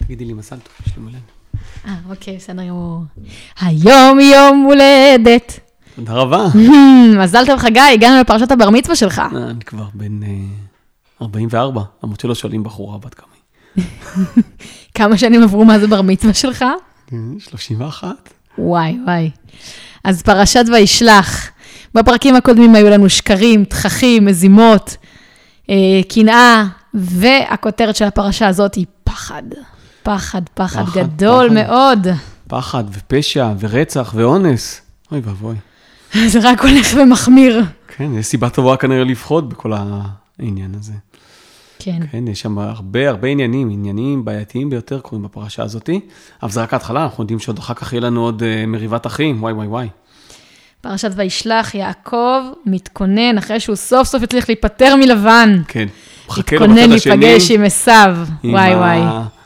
תגידי לי מזל טוב, יש לי מולד. אוקיי, בסדר גמור. היום יום הולדת. תודה רבה. מזל טוב חגי, הגענו לפרשת הבר מצווה שלך. אני כבר בן 44, למרות שלא שואלים בחורה בת כמה. כמה שנים עברו מה זה בר מצווה שלך? 31. וואי. אז פרשת וישלח. בפרקים הקודמים היו לנו שקרים, תככים, מזימות, קנאה, והכותרת של הפרשה הזאת היא פחד. פחד גדול מאוד. פחד ופשע ורצח ואונס. אוי ואבוי. זה רק הולך ומחמיר. כן, יש סיבה טובה כנראה לפחות בכל העניין הזה. כן. כן, יש שם הרבה עניינים בעייתיים ביותר קוראים בפרשה הזאת, אבל זה רק ההתחלה, אנחנו יודעים שעוד אחר כך יהיה לנו עוד מריבת אחים, וואי. פרשת וישלח, יעקב מתכונן, אחרי שהוא סוף סוף הצליח להיפטר מלבן. כן, מחכה לו בצד השני. מתכונן להיפגש עם עשיו, וואי.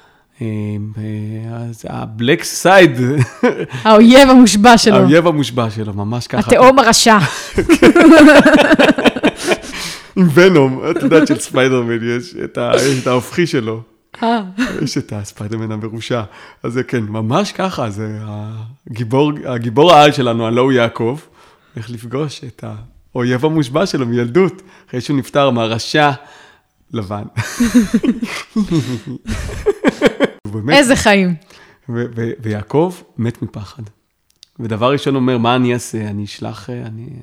הבלק סייד. האויב המושבע שלו. האויב המושבע שלו, ממש ככה. התאום הרשע. עם ונום, את יודעת של ספיידרמן, יש את ההופכי שלו. יש את הספיידרמן המרושע. אז זה כן, ממש ככה, זה הגיבור העל שלנו, הלא הוא יעקב, הולך לפגוש את האויב המושבע שלו מילדות, אחרי שהוא נפטר מהרשע לבן. איזה חיים. ויעקב מת מפחד. ודבר ראשון אומר, מה אני אעשה? אני אשלח,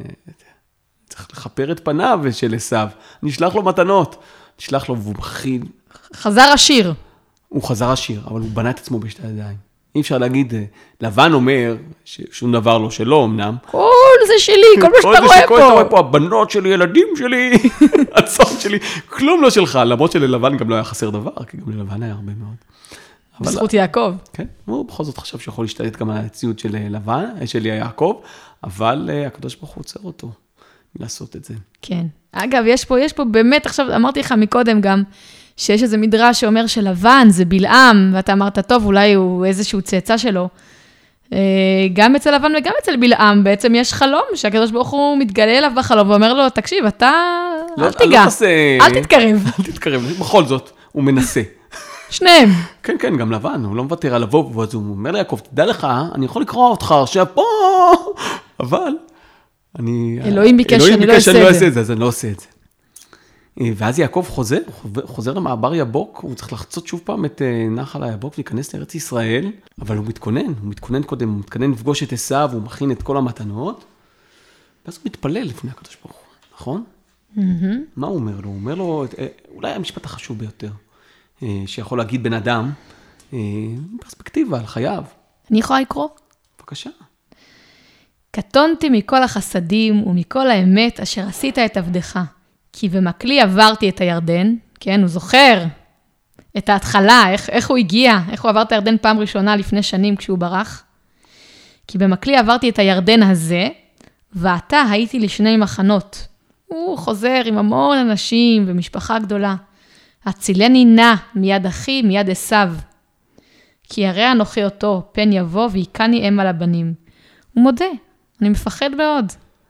צריך לחפר את פניו של עשיו. אני אשלח לו מתנות. נשלח לו והוא מכין. חזר עשיר. הוא חזר עשיר, אבל הוא בנה את עצמו בשתי ידיים. אי אפשר להגיד, לבן אומר ששום דבר לא שלו אמנם. כל זה שלי, כל מה שאתה רואה פה. כל אתה רואה פה, הבנות שלי, ילדים שלי, הצון שלי, כלום לא שלך. למרות שללבן גם לא היה חסר דבר, כי גם ללבן היה הרבה מאוד. בזכות יעקב. כן, הוא בכל זאת חשב שיכול להשתלט גם על הציוד של לבן, של יעקב, אבל הקדוש ברוך הוא עוצר אותו לעשות את זה. כן. אגב, יש פה באמת, עכשיו אמרתי לך מקודם גם, שיש איזה מדרש שאומר שלבן זה בלעם, ואתה אמרת, טוב, אולי הוא איזשהו צאצא שלו. גם אצל לבן וגם אצל בלעם, בעצם יש חלום, שהקדוש ברוך הוא מתגלה אליו בחלום, ואומר לו, תקשיב, אתה אל תיגע, אל תתקרב. אל תתקרב, בכל זאת, הוא מנסה. שניהם. כן, גם לבן, הוא לא מוותר על לבוא, ואז הוא אומר ליעקב, תדע לך, אני יכול לקרוא אותך שפה, אבל אלוהים ביקש שאני לא אעשה את זה. אז אני לא עושה את זה. ואז יעקב חוזר למעבר יבוק, הוא צריך לחצות שוב פעם את נחל היבוק, להיכנס לארץ ישראל, אבל הוא מתכונן קודם, הוא מתכונן לפגוש את עשיו, הוא מכין את כל המתנות, ואז הוא מתפלל לפני הקדוש ברוך הוא, נכון? מה הוא אומר לו? הוא אומר לו, אולי המשפט החשוב ביותר, שיכול להגיד בן אדם, פרספקטיבה על חייו. אני יכולה לקרוא? בבקשה. קטונתי מכל החסדים ומכל האמת אשר עשית את עבדך. כי במקלי עברתי את הירדן, כן, הוא זוכר את ההתחלה, איך הוא הגיע, איך הוא עבר את הירדן פעם ראשונה לפני שנים כשהוא ברח. כי במקלי עברתי את הירדן הזה, ועתה הייתי לשני מחנות. הוא חוזר עם המון אנשים ומשפחה גדולה. הצילני נא מיד אחי, מיד עשיו. כי הרי אנוכי אותו, פן יבוא ויקני אם על הבנים. הוא מודה, אני מפחד מאוד.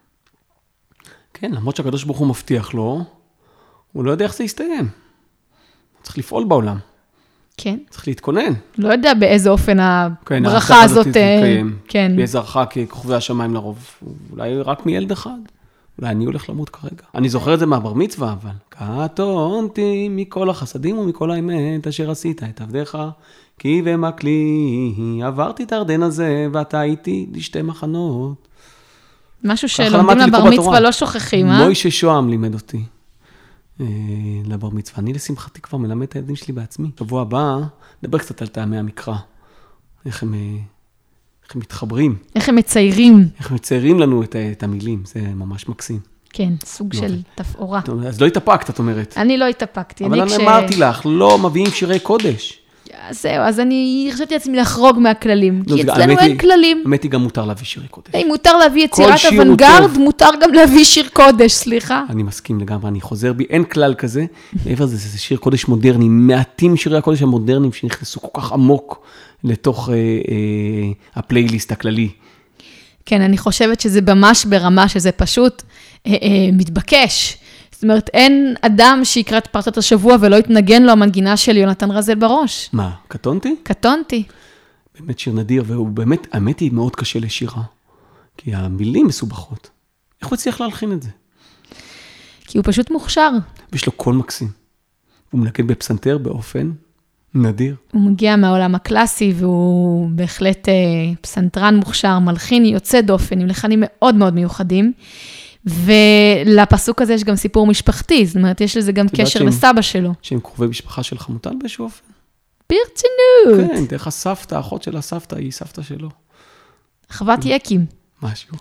כן, למרות שהקדוש ברוך הוא מבטיח לו, הוא לא יודע איך זה יסתיים. הוא צריך לפעול בעולם. כן. צריך להתכונן. לא יודע באיזה אופן הברכה הזאת תתקיים. כן. באיזה ערכה ככוכבי השמיים לרוב. אולי רק מילד אחד. אולי אני הולך למות כרגע. אני זוכר את זה מהבר מצווה, אבל. קטונתי מכל החסדים ומכל האמת אשר עשית את עבדך, כי במקלי עברתי את הירדן הזה, ואתה הייתי לשתי מחנות. משהו שלומדים לבר מצווה לא שוכחים, מוישה שוהם לימד אותי לבר מצווה. אני לשמחתי כבר מלמד את הילדים שלי בעצמי. שבוע הבא, נדבר קצת על טעמי המקרא. איך הם מתחברים. איך הם מציירים. איך מציירים לנו את המילים. זה ממש מקסים. כן, סוג של תפאורה. אז לא התאפקת, את אומרת. אני לא התאפקתי. אבל אני אמרתי לך, לא מביאים שירי קודש. זהו, אז אני חשבתי לעצמי לחרוג מהכללים, כי אצלנו אין כללים. האמת היא גם מותר להביא שירי קודש. מותר להביא יצירת אוונגרד, מותר גם להביא שיר קודש, סליחה. אני מסכים לגמרי, אני חוזר בי, אין כלל כזה. מעבר לזה, זה שיר קודש מודרני, מעטים שירי הקודש המודרניים שנכנסו כל כך עמוק לתוך הפלייליסט הכללי. כן, אני חושבת שזה ממש ברמה שזה פשוט מתבקש. זאת אומרת, אין אדם שיקרא את פרשת השבוע ולא יתנגן לו המנגינה של יונתן רזל בראש. מה, קטונתי? קטונתי. באמת שיר נדיר, והוא באמת, האמת היא מאוד קשה לשירה, כי המילים מסובכות. איך הוא הצליח להלחין את זה? כי הוא פשוט מוכשר. ויש לו קול מקסים. הוא מנגן בפסנתר באופן נדיר. הוא מגיע מהעולם הקלאסי, והוא בהחלט פסנתרן מוכשר, מלחין יוצא דופן, עם לחנים מאוד מאוד מיוחדים. ולפסוק הזה יש גם סיפור משפחתי, זאת אומרת, יש לזה גם קשר לסבא שלו. שהם קרובי משפחה של חמוטל באיזשהו אופן? ברצינות. כן, דרך הסבתא, האחות של הסבתא היא סבתא שלו. אחוות יקים. משהו.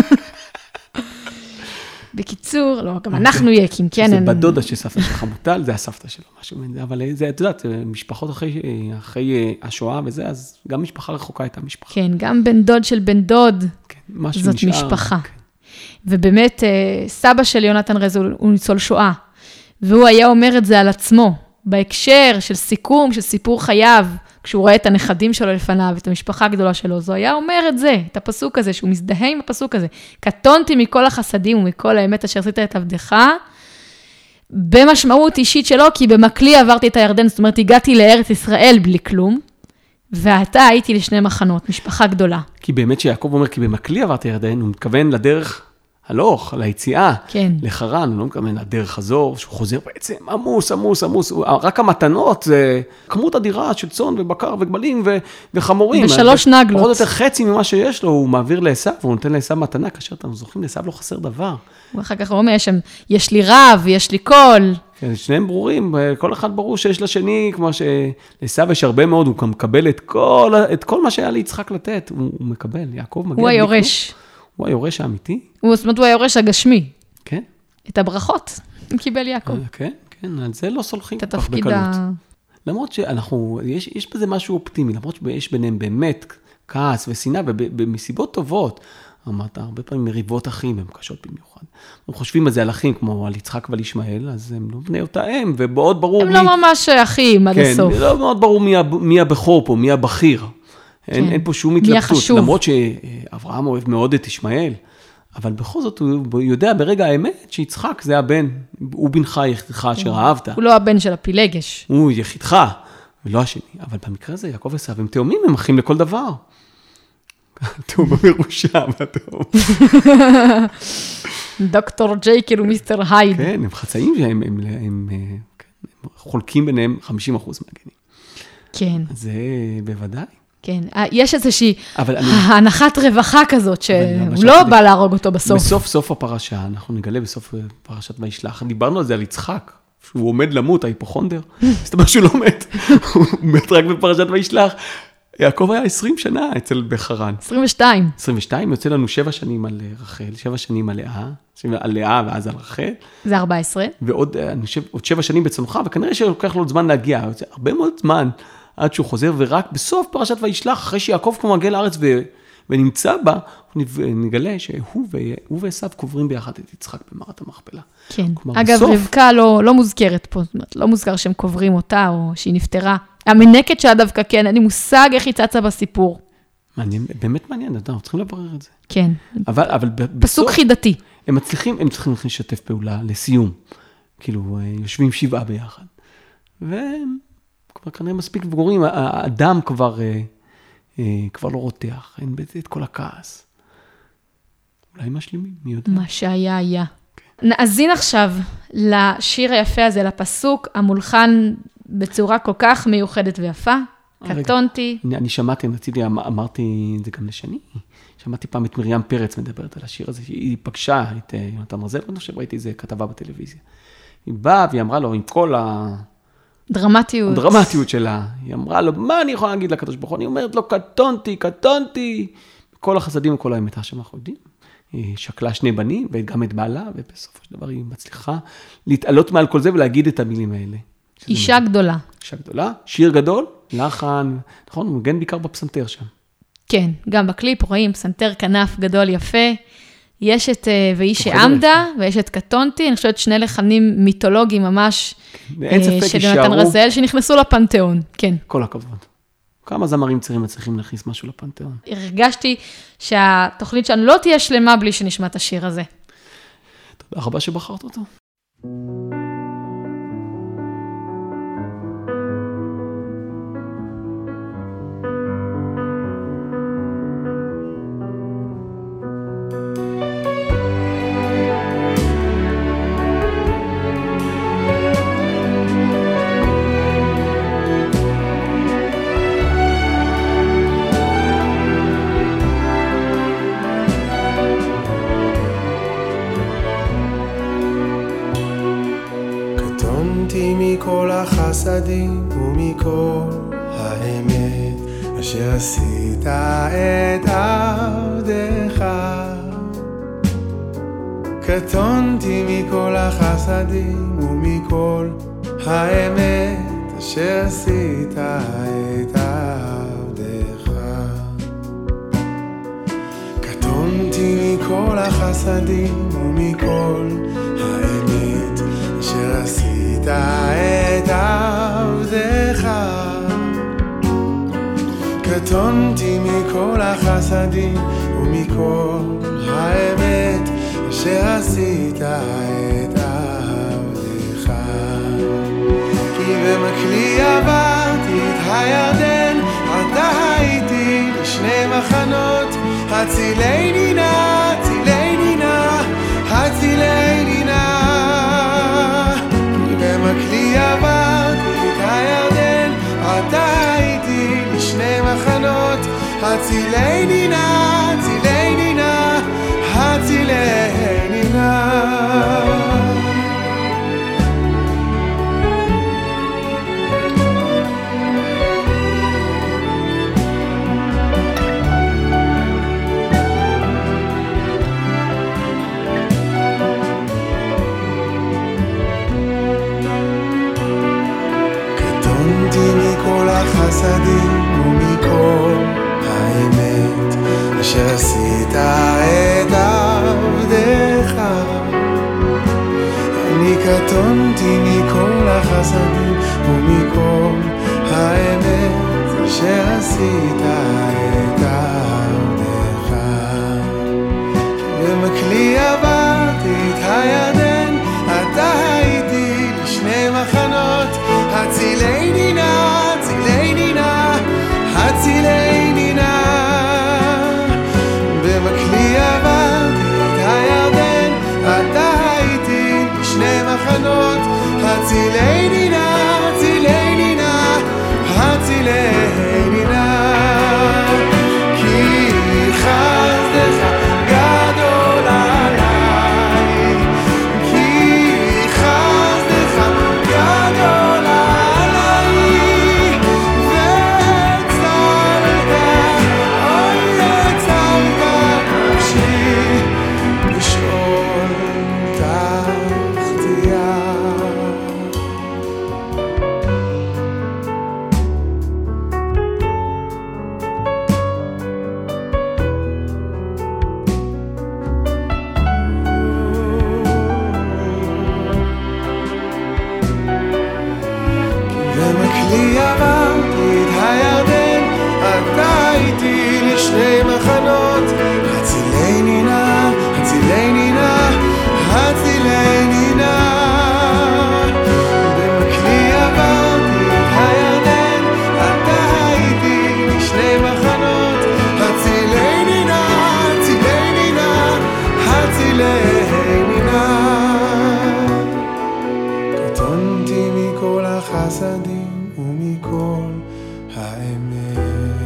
בקיצור, לא, גם אנחנו יקים, כן. זה בדודה של סבתא של חמוטל, זה הסבתא שלו, משהו. אבל זה, את יודעת, משפחות אחרי השואה וזה, אז גם משפחה רחוקה הייתה משפחה. כן, גם בן דוד של בן דוד, זאת משפחה. ובאמת, סבא של יונתן רזל הוא ניצול שואה, והוא היה אומר את זה על עצמו, בהקשר של סיכום, של סיפור חייו, כשהוא רואה את הנכדים שלו לפניו, את המשפחה הגדולה שלו, אז הוא היה אומר את זה, את הפסוק הזה, שהוא מזדהה עם הפסוק הזה. קטונתי מכל החסדים ומכל האמת אשר עשית את עבדך, במשמעות אישית שלו, כי במקלי עברתי את הירדן, זאת אומרת, הגעתי לארץ ישראל בלי כלום, ואתה הייתי לשני מחנות, משפחה גדולה. כי באמת שיעקב אומר, כי במקלי עברתי ירדן, הוא מתכוון לדרך הלוך, ליציאה, כן. לחרן, הוא לא מתכוון לדרך חזור, שהוא חוזר בעצם עמוס, רק המתנות זה כמות אדירה של צאן ובקר וגמלים וחמורים. ושלוש נגלות. פחות או יותר חצי ממה שיש לו, הוא מעביר לעשו, והוא נותן לעשו מתנה, כאשר אתם זוכרים, לעשו לא חסר דבר. ואחר כך הוא אומר, יש לי רב, יש לי קול. כן, שניהם ברורים, כל אחד ברור שיש לשני, כמו שלעשו יש הרבה מאוד, הוא מקבל את כל מה שהיה ליצחק לתת, הוא מקבל, יעקב מגיע. הוא היורש. הוא היורש האמיתי? זאת אומרת, הוא היורש הגשמי. כן. את הברכות, הוא קיבל יעקב. כן, כן, על זה לא סולחים כל כך בקלות. למרות יש בזה משהו אופטימי, למרות שיש ביניהם באמת כעס ושנאה, ומסיבות טובות. אמרת, הרבה פעמים מריבות אחים, הם קשות במיוחד. הם חושבים על זה על אחים, כמו על יצחק ועל ישמעאל, אז הם לא בני אותה אם, ומאוד ברור הם לא ממש אחים עד הסוף. כן, לא מאוד ברור מי הבכור פה, מי הבכיר. אין פה שום התלבטות, למרות שאברהם אוהב מאוד את ישמעאל, אבל בכל זאת הוא יודע ברגע האמת שיצחק זה הבן, הוא בנך יחידך אשר אהבת. הוא לא הבן של הפילגש. הוא יחידך, ולא השני. אבל במקרה הזה יעקב ועשו הם תאומים, הם אחים לכל דבר. תאום במרושע, מה תאום? דוקטור ג'ייקל ומיסטר הייד. כן, הם חצאים שהם חולקים ביניהם 50% מהגנים. כן. זה בוודאי. כן, יש איזושהי הנחת רווחה כזאת, שהוא לא בא להרוג אותו בסוף. בסוף הפרשה, אנחנו נגלה בסוף פרשת וישלח, דיברנו על זה על יצחק, שהוא עומד למות, ההיפוכונדר, זאת אומרת שהוא לא מת, הוא מת רק בפרשת וישלח. יעקב היה 20 שנה אצל בחרן. 22. 22, יוצא לנו 7 שנים על רחל, 7 שנים על לאה, על לאה ואז על רחל. זה 14. ועוד, אני חושב, עוד 7 שנים בצונך, וכנראה שלוקח לו זמן להגיע, יוצא הרבה מאוד זמן, עד שהוא חוזר, ורק בסוף פרשת וישלח, אחרי שיעקב כבר מגיע לארץ ונמצא בה, נגלה שהוא ועשו קוברים ביחד את יצחק במערת המכפלה. כן. אגב, רבקה לא מוזכרת פה, זאת אומרת, לא מוזכר שהם קוברים אותה, או שהיא נפטרה. המנקת שלה דווקא כן, אין לי מושג איך היא צצה בסיפור. מעניין, באמת מעניין, אנחנו צריכים לברר את זה. כן. אבל פסוק חידתי. הם צריכים לשתף פעולה לסיום. כאילו, יושבים 7 ביחד. והם כבר כנראה מספיק בגורים, האדם כבר לא רותח, אין בזה את כל הכעס. אולי משלימים, מי יודע? מה שהיה היה. נאזין עכשיו לשיר היפה הזה, לפסוק המולחן בצורה כל כך מיוחדת ויפה. קטונתי. אני שמעתי, אמרתי את זה גם לשני. שמעתי פעם את מרים פרץ מדברת על השיר הזה, שהיא פגשה את יונתן רזל, ואני חושב ראיתי איזה כתבה בטלוויזיה. היא באה והיא אמרה לו, עם כל הדרמטיות שלה, היא אמרה לו, מה אני יכולה להגיד לקדוש ברוך הוא? אני אומרת לו, קטונתי. כל החסדים וכל האמת, שם אנחנו יודעים. היא שקלה 2 בנים, וגם את בעלה, ובסופו של דבר היא מצליחה להתעלות מעל כל זה ולהגיד את המילים האלה. אישה גדולה. אישה גדולה, שיר גדול, לחן, נכון? הוא מגן בעיקר בפסנתר שם. כן, גם בקליפ רואים פסנתר כנף גדול יפה, יש את והיא שעמדה, ויש את קטונתי, אני חושבת 2 לחנים מיתולוגיים ממש, של יונתן רזל, שנכנסו לפנתיאון, כן. כל הכבוד. כמה זמרים צעירים מצליחים להכניס משהו לפנתיאון? הרגשתי שהתוכנית שלנו לא תהיה שלמה בלי שנשמע את השיר הזה. תודה רבה שבחרת אותו. מכל החסדים ומכל האמת אשר עשית את עבדך. קטונתי מכל החסדים ומכל האמת אשר עשית את עבדך. קטונתי מכל החסדים ומכל האמת אשר עשית את עבדך. קטונתי מכל החסדים ומכל האמת אשר עשית את עבדך. כי במקלי עברתי את הירדן, עתה הייתי לשני מחנות, הצילני נא, הצילני נא, הצילני נא. במקלי עברתי את הירדן, עתה הייתי לשני מחנות, הצילני נא, הצילני נא, הצילני נא. מכל החסדים ומכל האמת אשר עשית את עבדך. אני קטונתי מכל החסדים ומכל האמת אשר עשית את עבדך. במקלי עברתי את הירדן, עתה הייתי לשני מחנות, הצילני נא, הצילני נא, הצילני נא. במקלי עברתי את הירדן, עתה הייתי לשני מחנות, הצילני נא, הצילני נא, הצילני נא. כי חסדך גדול עליי, כי חסדך גדול עליי. במקלי עברתי את הירדן, עתה הייתי לשני מחנות, הצילני נא, הצילני נא, הצילני נא. במקלי עברתי את הירדן, עתה הייתי לשני מחנות, הצילני נא, הצילני נא, הצילני נא. קטונתי מכל החסדים ומכל האמת.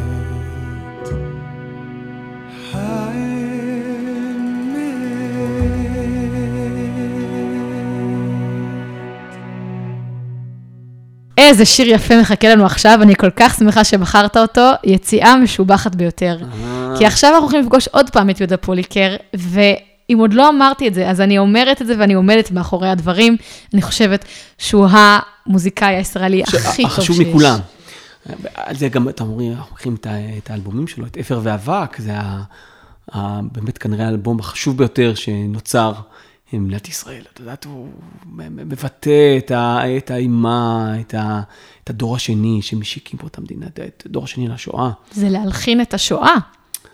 איזה שיר יפה מחכה לנו עכשיו, אני כל כך שמחה שבחרת אותו, יציאה משובחת ביותר. כי עכשיו אנחנו הולכים לפגוש עוד פעם את יהודה פוליקר, ואם עוד לא אמרתי את זה, אז אני אומרת את זה ואני עומדת מאחורי הדברים. אני חושבת שהוא המוזיקאי הישראלי הכי טוב שיש. החשוב מכולם. על זה גם, אתה אומרים, אנחנו לוקחים את האלבומים שלו, את אפר ואבק, זה באמת כנראה האלבום החשוב ביותר שנוצר במדינת ישראל. אתה יודעת, הוא מבטא את האימה, את הדור השני שמשיקים פה את המדינה, את הדור השני לשואה. זה להלחין את השואה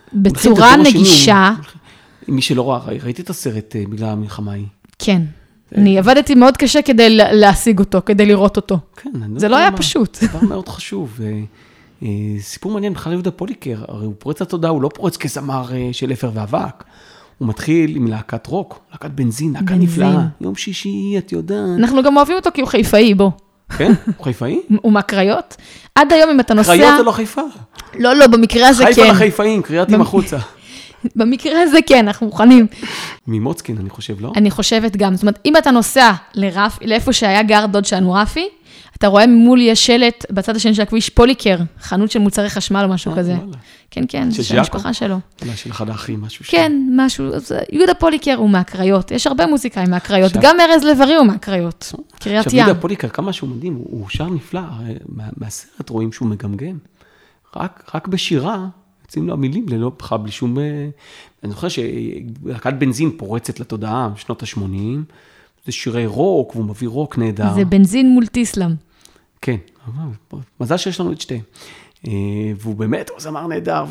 בצורה נגישה. מי שלא ראה, ראיתי את הסרט בגלל המלחמה ההיא. כן. אני עבדתי מאוד קשה כדי להשיג אותו, כדי לראות אותו. כן, זה לא היה פשוט. דבר מאוד חשוב. סיפור מעניין, בכלל יהודה פוליקר, הרי הוא פורץ לתודעה, הוא לא פורץ כזמר של אפר ואבק. הוא מתחיל עם להקת רוק, להקת בנזין, להקה נפלאה. יום שישי, את יודעת. אנחנו גם אוהבים אותו כי הוא חיפאי, בוא. כן? הוא חיפאי? הוא מהקריות. עד היום אם אתה נוסע... קריות זה לא חיפה. לא, במקרה הזה כן. חיפה לחיפאים, קריית עם החוצה. במקרה הזה כן, אנחנו מוכנים. ממוצקין, אני חושב, לא? אני חושבת גם. זאת אומרת, אם אתה נוסע לאיפה שהיה גר דוד שלנו רפי, אתה רואה ממול יש שלט בצד השני של הכביש פוליקר, חנות של מוצרי חשמל או משהו כזה. כן, זה של המשפחה שלו. אולי של אחד האחים, משהו כן, משהו. יהודה פוליקר הוא מהקריות. יש הרבה מוזיקאים מהקריות. גם ארז לב-ארי הוא מהקריות. קריית ים. יהודה פוליקר, כמה שהוא מדהים, הוא שר נפלא. מהסרט רואים שהוא מגמגם. רק בשירה, יוצאים לו המילים ללא פחה, בלי שום... אני זוכר שלהקת בנזין פורצת לתודעה בשנות ה-80, זה שירי רוק, והוא מביא רוק נהדר. זה בנזין מול טיסלם. כן, מזל שיש לנו את שתי. והוא באמת, הוא זמר נהדר,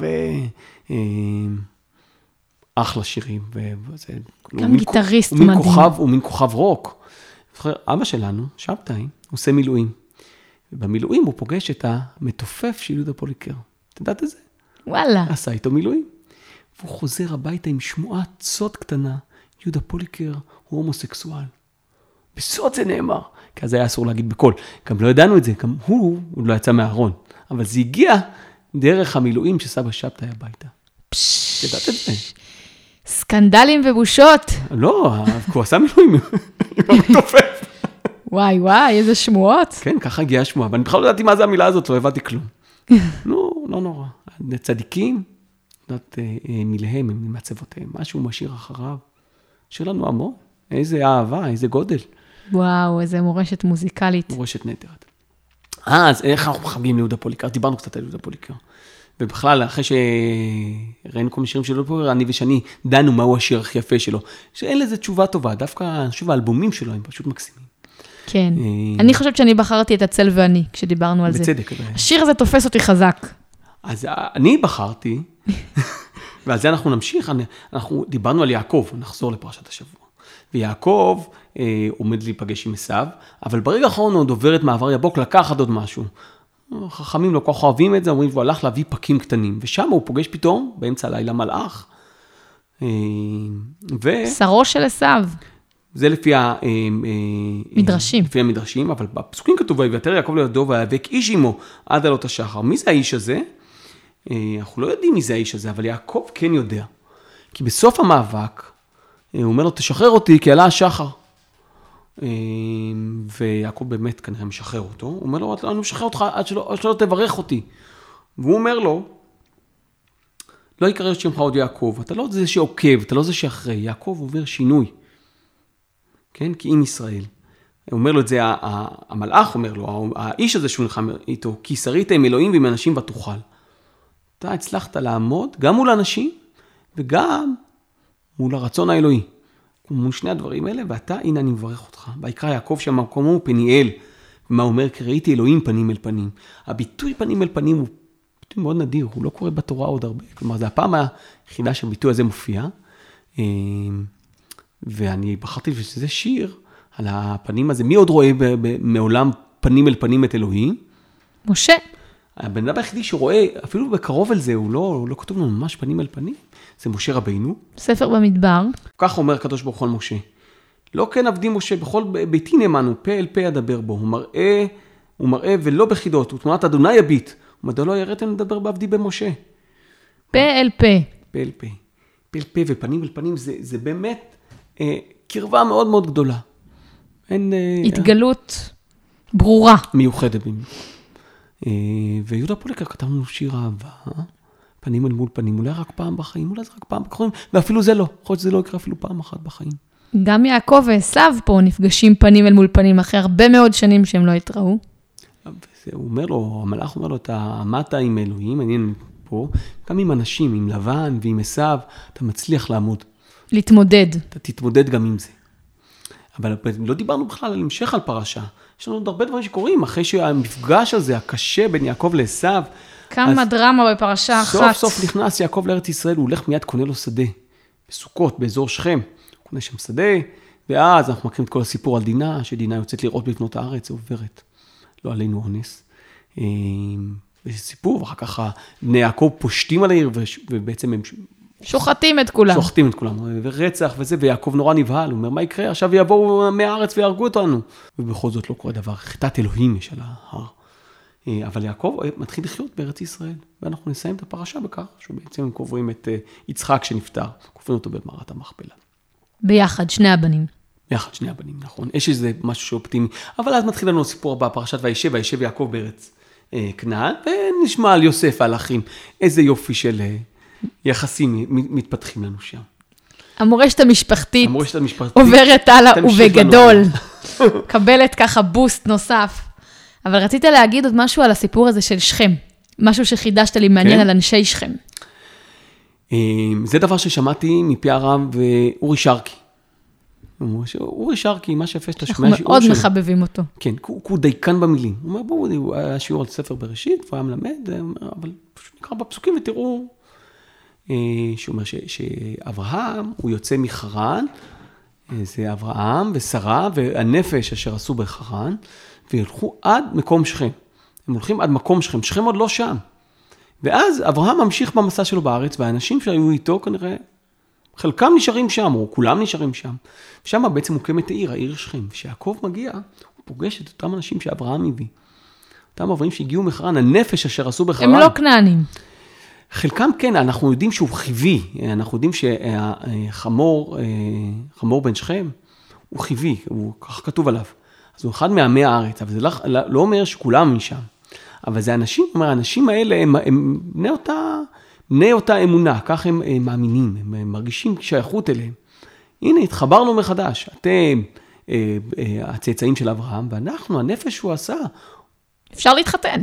אחלה שירים. גם גיטריסט מדהים. הוא מין כוכב רוק. אבא שלנו, שבתאי, עושה מילואים. ובמילואים הוא פוגש את המתופף של יהודה פוליקר. אתה יודעת את זה? וואלה. עשה איתו מילואים. והוא חוזר הביתה עם שמועת סוד קטנה. יהודה פוליקר הוא הומוסקסואל. בסוד זה נאמר. כי אז היה אסור להגיד בכל. גם לא ידענו את זה. גם הוא לא יצא מהארון. אבל זה הגיע דרך המילואים שסבא שבתאי הביתה. ידעת את זה? סקנדלים ובושות. לא, הוא עשה מילואים עם המתופף. וואי, איזה שמועות. כן, ככה הגיעה השמועה. ואני בכלל לא ידעתי מה זה המילה הזאת, לא הבנתי כלום. לא נורא. צדיקים, מלהם, מצבותיהם, משהו משאיר אחריו. שיר לנו המון. איזה אהבה, איזה גודל. וואו, איזה מורשת מוזיקלית. מורשת נהדרת. אז איך אנחנו חגים ליהודה פוליקר? דיברנו קצת על יהודה פוליקר. ובכלל, אחרי שראינו כל מיני שירים של יהודה פוליקר, אני ושני דנו מהו השיר הכי יפה שלו. שאין לזה תשובה טובה, דווקא, אני חושב, האלבומים שלו הם פשוט מקסימים. כן. אני חושבת שאני בחרתי את הצל ואני, כשדיברנו על זה. בצדק. השיר הזה תופס אותי חזק. אז אני בחרתי, ועל זה אנחנו נמשיך, אנחנו דיברנו על יעקב, נחזור לפרשת השבוע. ויעקב עומד להיפגש עם עשיו, אבל ברגע האחרון הוא דובר את מעבר יבוק לקחת עוד משהו. חכמים לא כל כך אוהבים את זה, אומרים שהוא הלך להביא פקים קטנים, ושם הוא פוגש פתאום, באמצע הלילה מלאך. שרו של עשיו. זה לפי מדרשים. לפי המדרשים, אבל בפסוקים כתוב, ויותר יעקב לידו ויאבק איש עמו עד עלות השחר. מי זה האיש הזה? אנחנו לא יודעים מי זה האיש הזה, אבל יעקב כן יודע. כי בסוף המאבק, הוא אומר לו, תשחרר אותי, כי עלה השחר. ויעקב באמת כנראה משחרר אותו. הוא אומר לו, אני משחרר אותך עד שלא תברך אותי. והוא אומר לו, לא יקרא את שמך עוד יעקב, אתה לא זה שעוקב, אתה לא זה שאחרי. יעקב עובר שינוי. כן? כי עם ישראל. הוא אומר לו את זה, המלאך אומר לו, האיש הזה שהוא נלחם איתו, כי שרית עם אלוהים ועם אנשים ותוכל. אתה הצלחת לעמוד גם מול אנשים, וגם מול הרצון האלוהי. מול שני הדברים האלה, ואתה, הנה אני מברך אותך. ויקרא יעקב שם מקומו הוא פניאל. ומה אומר? כי ראיתי אלוהים פנים אל פנים. הביטוי פנים אל פנים הוא ביטוי מאוד נדיר, הוא לא קורה בתורה עוד הרבה. כלומר, זה הפעם היחידה שהביטוי הזה מופיע. ואני בחרתי שזה שיר על הפנים הזה. מי עוד רואה מעולם פנים אל פנים את אלוהים? משה. הבן אדם היחידי שרואה, אפילו בקרוב על זה, הוא לא כתוב לנו ממש פנים אל פנים. זה משה רבינו. ספר במדבר. כך אומר הקדוש ברוך הוא על משה. לא כן עבדי משה, בכל ביתי נאמנו, פה אל פה אדבר בו. הוא מראה ולא בחידות, הוא תמונת אדוני יביט. ומדע לא יראתם לדבר בעבדי במשה. פה אל פה. פה אל פה. פה אל פה ופנים אל פנים, זה באמת קרבה מאוד מאוד גדולה. התגלות ברורה. מיוחדת במיוחד. ויהודה פוליקר כתב לנו שיר אהבה, פנים אל מול פנים, אולי רק פעם בחיים, אולי זה רק פעם בחיים, ואפילו זה לא, יכול להיות שזה לא יקרה אפילו פעם אחת בחיים. גם יעקב ועשיו פה נפגשים פנים אל מול פנים, אחרי הרבה מאוד שנים שהם לא התראו. הוא אומר לו, המלאך אומר לו, אתה עמדת עם אלוהים, אני פה, גם עם אנשים, עם לבן ועם עשיו, אתה מצליח לעמוד. להתמודד. אתה תתמודד גם עם זה. אבל לא דיברנו בכלל על המשך על פרשה. יש לנו עוד הרבה דברים שקורים, אחרי שהמפגש הזה, הקשה בין יעקב לעשיו. כמה דרמה בפרשה אחת. סוף סוף נכנס יעקב לארץ ישראל, הוא הולך מיד קונה לו שדה. בסוכות, באזור שכם. הוא קונה שם שדה, ואז אנחנו מכירים את כל הסיפור על דינה, שדינה יוצאת לראות בבנות הארץ, עוברת, לא עלינו אונס. ויש סיפור, ואחר כך בני יעקב פושטים על העיר, ובעצם הם שוחטים את כולם. שוחטים את כולם, ורצח וזה, ויעקב נורא נבהל, הוא אומר, מה יקרה? עכשיו יבואו מהארץ ויהרגו אותנו. ובכל זאת לא קורה דבר, חטאת אלוהים יש על ההר. אבל יעקב מתחיל לחיות בארץ ישראל, ואנחנו נסיים את הפרשה בכך, שבעצם קוברים את יצחק שנפטר, קוברים אותו במערת המכפלה. ביחד, שני הבנים. ביחד, שני הבנים, נכון. יש איזה משהו שאופטימי, אבל אז מתחיל לנו הסיפור הבא, פרשת וישב יעקב בארץ כנען, ונשמע על יוסף, על אחים, איזה יופי של יחסים מתפתחים לנו שם. המורשת המשפחתית המשפחתית עוברת הלאה ובגדול. קבלת ככה בוסט נוסף. אבל רצית להגיד עוד משהו על הסיפור הזה של שכם. משהו שחידשת לי מעניין על אנשי שכם. זה דבר ששמעתי מפי הרב אורי שרקי. אורי שרקי, מה שיפה שאתה שומע אנחנו מאוד מחבבים אותו. כן, הוא דייקן במילים. הוא אומר, בואו, הוא היה שיעור על ספר בראשית, והוא היה מלמד, אבל פשוט נקרא בפסוקים ותראו, שהוא אומר שאברהם, הוא יוצא מחרן, זה אברהם ושרה והנפש אשר עשו בחרן, וילכו עד מקום שכם. הם הולכים עד מקום שכם, שכם עוד לא שם. ואז אברהם ממשיך במסע שלו בארץ, והאנשים שהיו איתו כנראה, חלקם נשארים שם, או כולם נשארים שם. ושם בעצם מוקמת העיר שכם. כשיעקב מגיע, הוא פוגש את אותם אנשים שאברהם הביא. אותם אברהם שהגיעו מחרן, הנפש אשר עשו בחרן. הם לא כנענים. חלקם כן, אנחנו יודעים שהוא חיווי, אנחנו יודעים שחמור בן שכם, הוא חיווי, כך כתוב עליו. אז הוא אחד מעמי הארץ, אבל זה לא אומר שכולם משם. אבל זה אנשים, אומר, האנשים האלה הם בני אותה אמונה, כך הם מאמינים, הם מרגישים שייכות אליהם. הנה, התחברנו מחדש, אתם הצאצאים של אברהם, ואנחנו, הנפש שהוא עשה. אפשר להתחתן.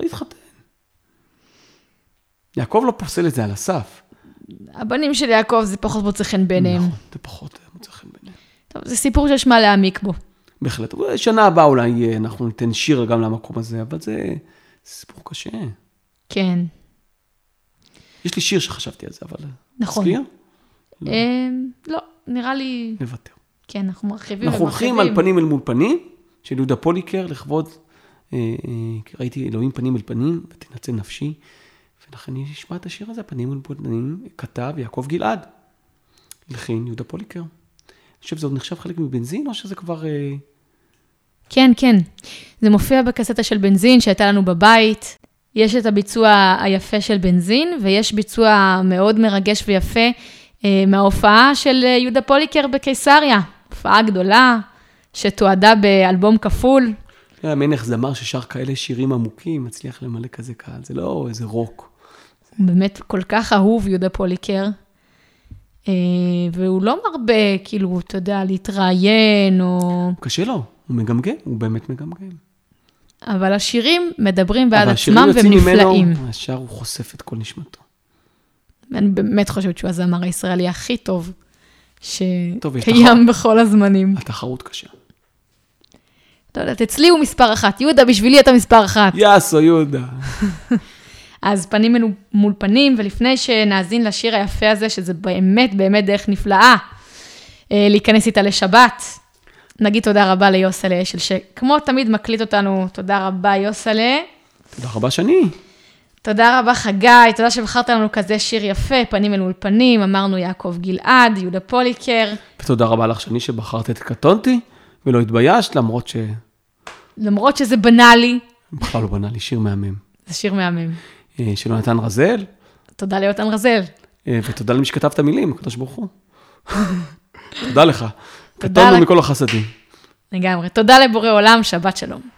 יעקב לא פוסל את זה על הסף. הבנים של יעקב זה פחות מוצא חן ביניהם. נכון, זה פחות מוצא חן ביניהם. טוב, זה סיפור שיש מה להעמיק בו. בהחלט. שנה הבאה אולי אנחנו ניתן שיר גם למקום הזה, אבל זה סיפור קשה. כן. יש לי שיר שחשבתי על זה, אבל... נכון. תזכיר? לא, נראה לי... נוותר. כן, אנחנו מרחיבים אנחנו הולכים על פנים אל מול פנים, של יהודה פוליקר, לכבוד, ראיתי אלוהים פנים אל פנים, ותנצל נפשי, ולכן נשמע את השיר הזה, פנים אל מול פנים, כתב יעקב גלעד, לכן יהודה פוליקר. אני חושב, זה עוד נחשב חלק מבנזין, או שזה כבר... כן, כן. זה מופיע בקסטה של בנזין, שהייתה לנו בבית. יש את הביצוע היפה של בנזין, ויש ביצוע מאוד מרגש ויפה, מההופעה של יהודה פוליקר בקיסריה. הופעה גדולה, שתועדה באלבום כפול. המלך זמר ששר כאלה שירים עמוקים, מצליח למלא כזה קהל. זה לא איזה רוק. הוא באמת כל כך אהוב, יהודה פוליקר. והוא לא מרבה, כאילו, אתה יודע, להתראיין או... קשה לו, הוא מגמגם, הוא באמת מגמגם. אבל השירים מדברים בעד עצמם והם נפלאים. אבל השירים יוצאים ממנו, השאר הוא חושף את כל נשמתו. אני באמת חושבת שהוא הזמר הישראלי הכי טוב, שקיים בכל הזמנים. התחרות קשה. לא יודעת, אצלי הוא מספר אחת. יהודה, בשבילי אתה מספר אחת. יאסו, יהודה. אז פנים אלו מול פנים, ולפני שנאזין לשיר היפה הזה, שזה באמת באמת דרך נפלאה, להיכנס איתה לשבת, נגיד תודה רבה ליוסלה אשל, שכמו תמיד מקליט אותנו, תודה רבה יוסלה. תודה רבה שני. תודה רבה חגי, תודה שבחרת לנו כזה שיר יפה, פנים אל מול פנים, אמרנו יעקב גלעד, יהודה פוליקר. ותודה רבה לך שני שבחרת את קטונתי, ולא התביישת, למרות שזה בנאלי. בכלל לא בנאלי, שיר מהמם. זה שיר מהמם. של יונתן רזל. תודה ליונתן רזל. ותודה למי שכתב את המילים, הקדוש ברוך הוא. תודה לך. קטונו מכל החסדים. לגמרי. תודה לבורא עולם, שבת שלום.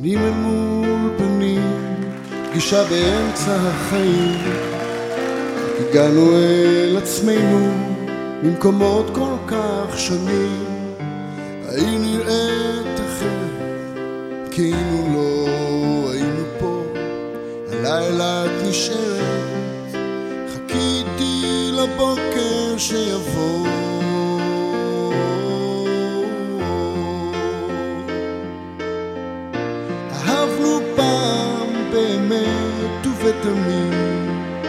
פנים אל מול פנים, פגישה באמצע החיים. הגענו אל עצמנו ממקומות כל כך שונים. היא נראית אחרת, כאילו לא היינו פה. הלילה את נשארת, חיכיתי לבוקר שיבוא. אהבנו פעם באמת ובתמים,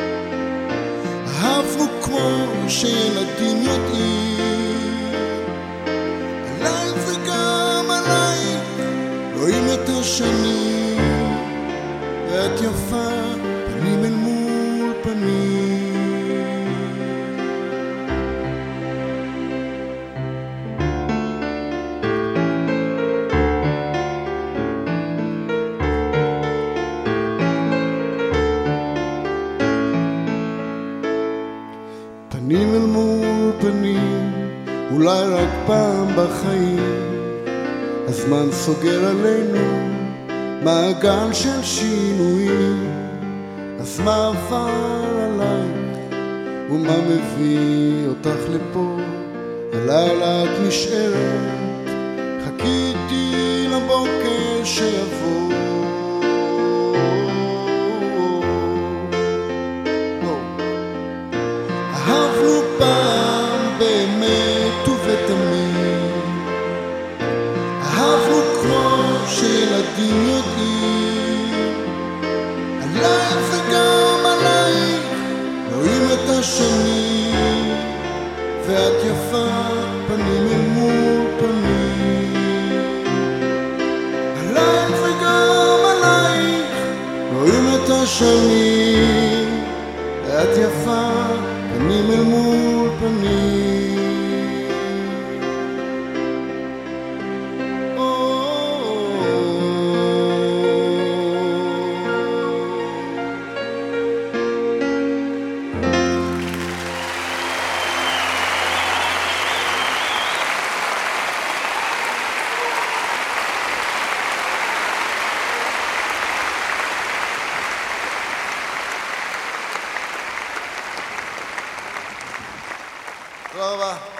אהבנו כמו שילדים יודעים. עליי וגם עליי רואים את השנים, ואת יפה פנים אל מול פנים. פנים אל מול פנים, אולי רק פעם בחיים. הזמן סוגר עלינו מעגל של שינויים. אז מה עבר עלייך ומה מביא אותך לפה? הלילה את נשארת, חיכיתי לבוקר שיבוא. אהבנו פעם באמת ובתמים, אהבנו כמו שילדים יודעים. עליי וגם עלייך רואים את השנים, ואת יפה פנים אל מול פנים. עליי וגם עלייך רואים את השנים, ואת יפה פנים אל מול פנים. תודה רבה.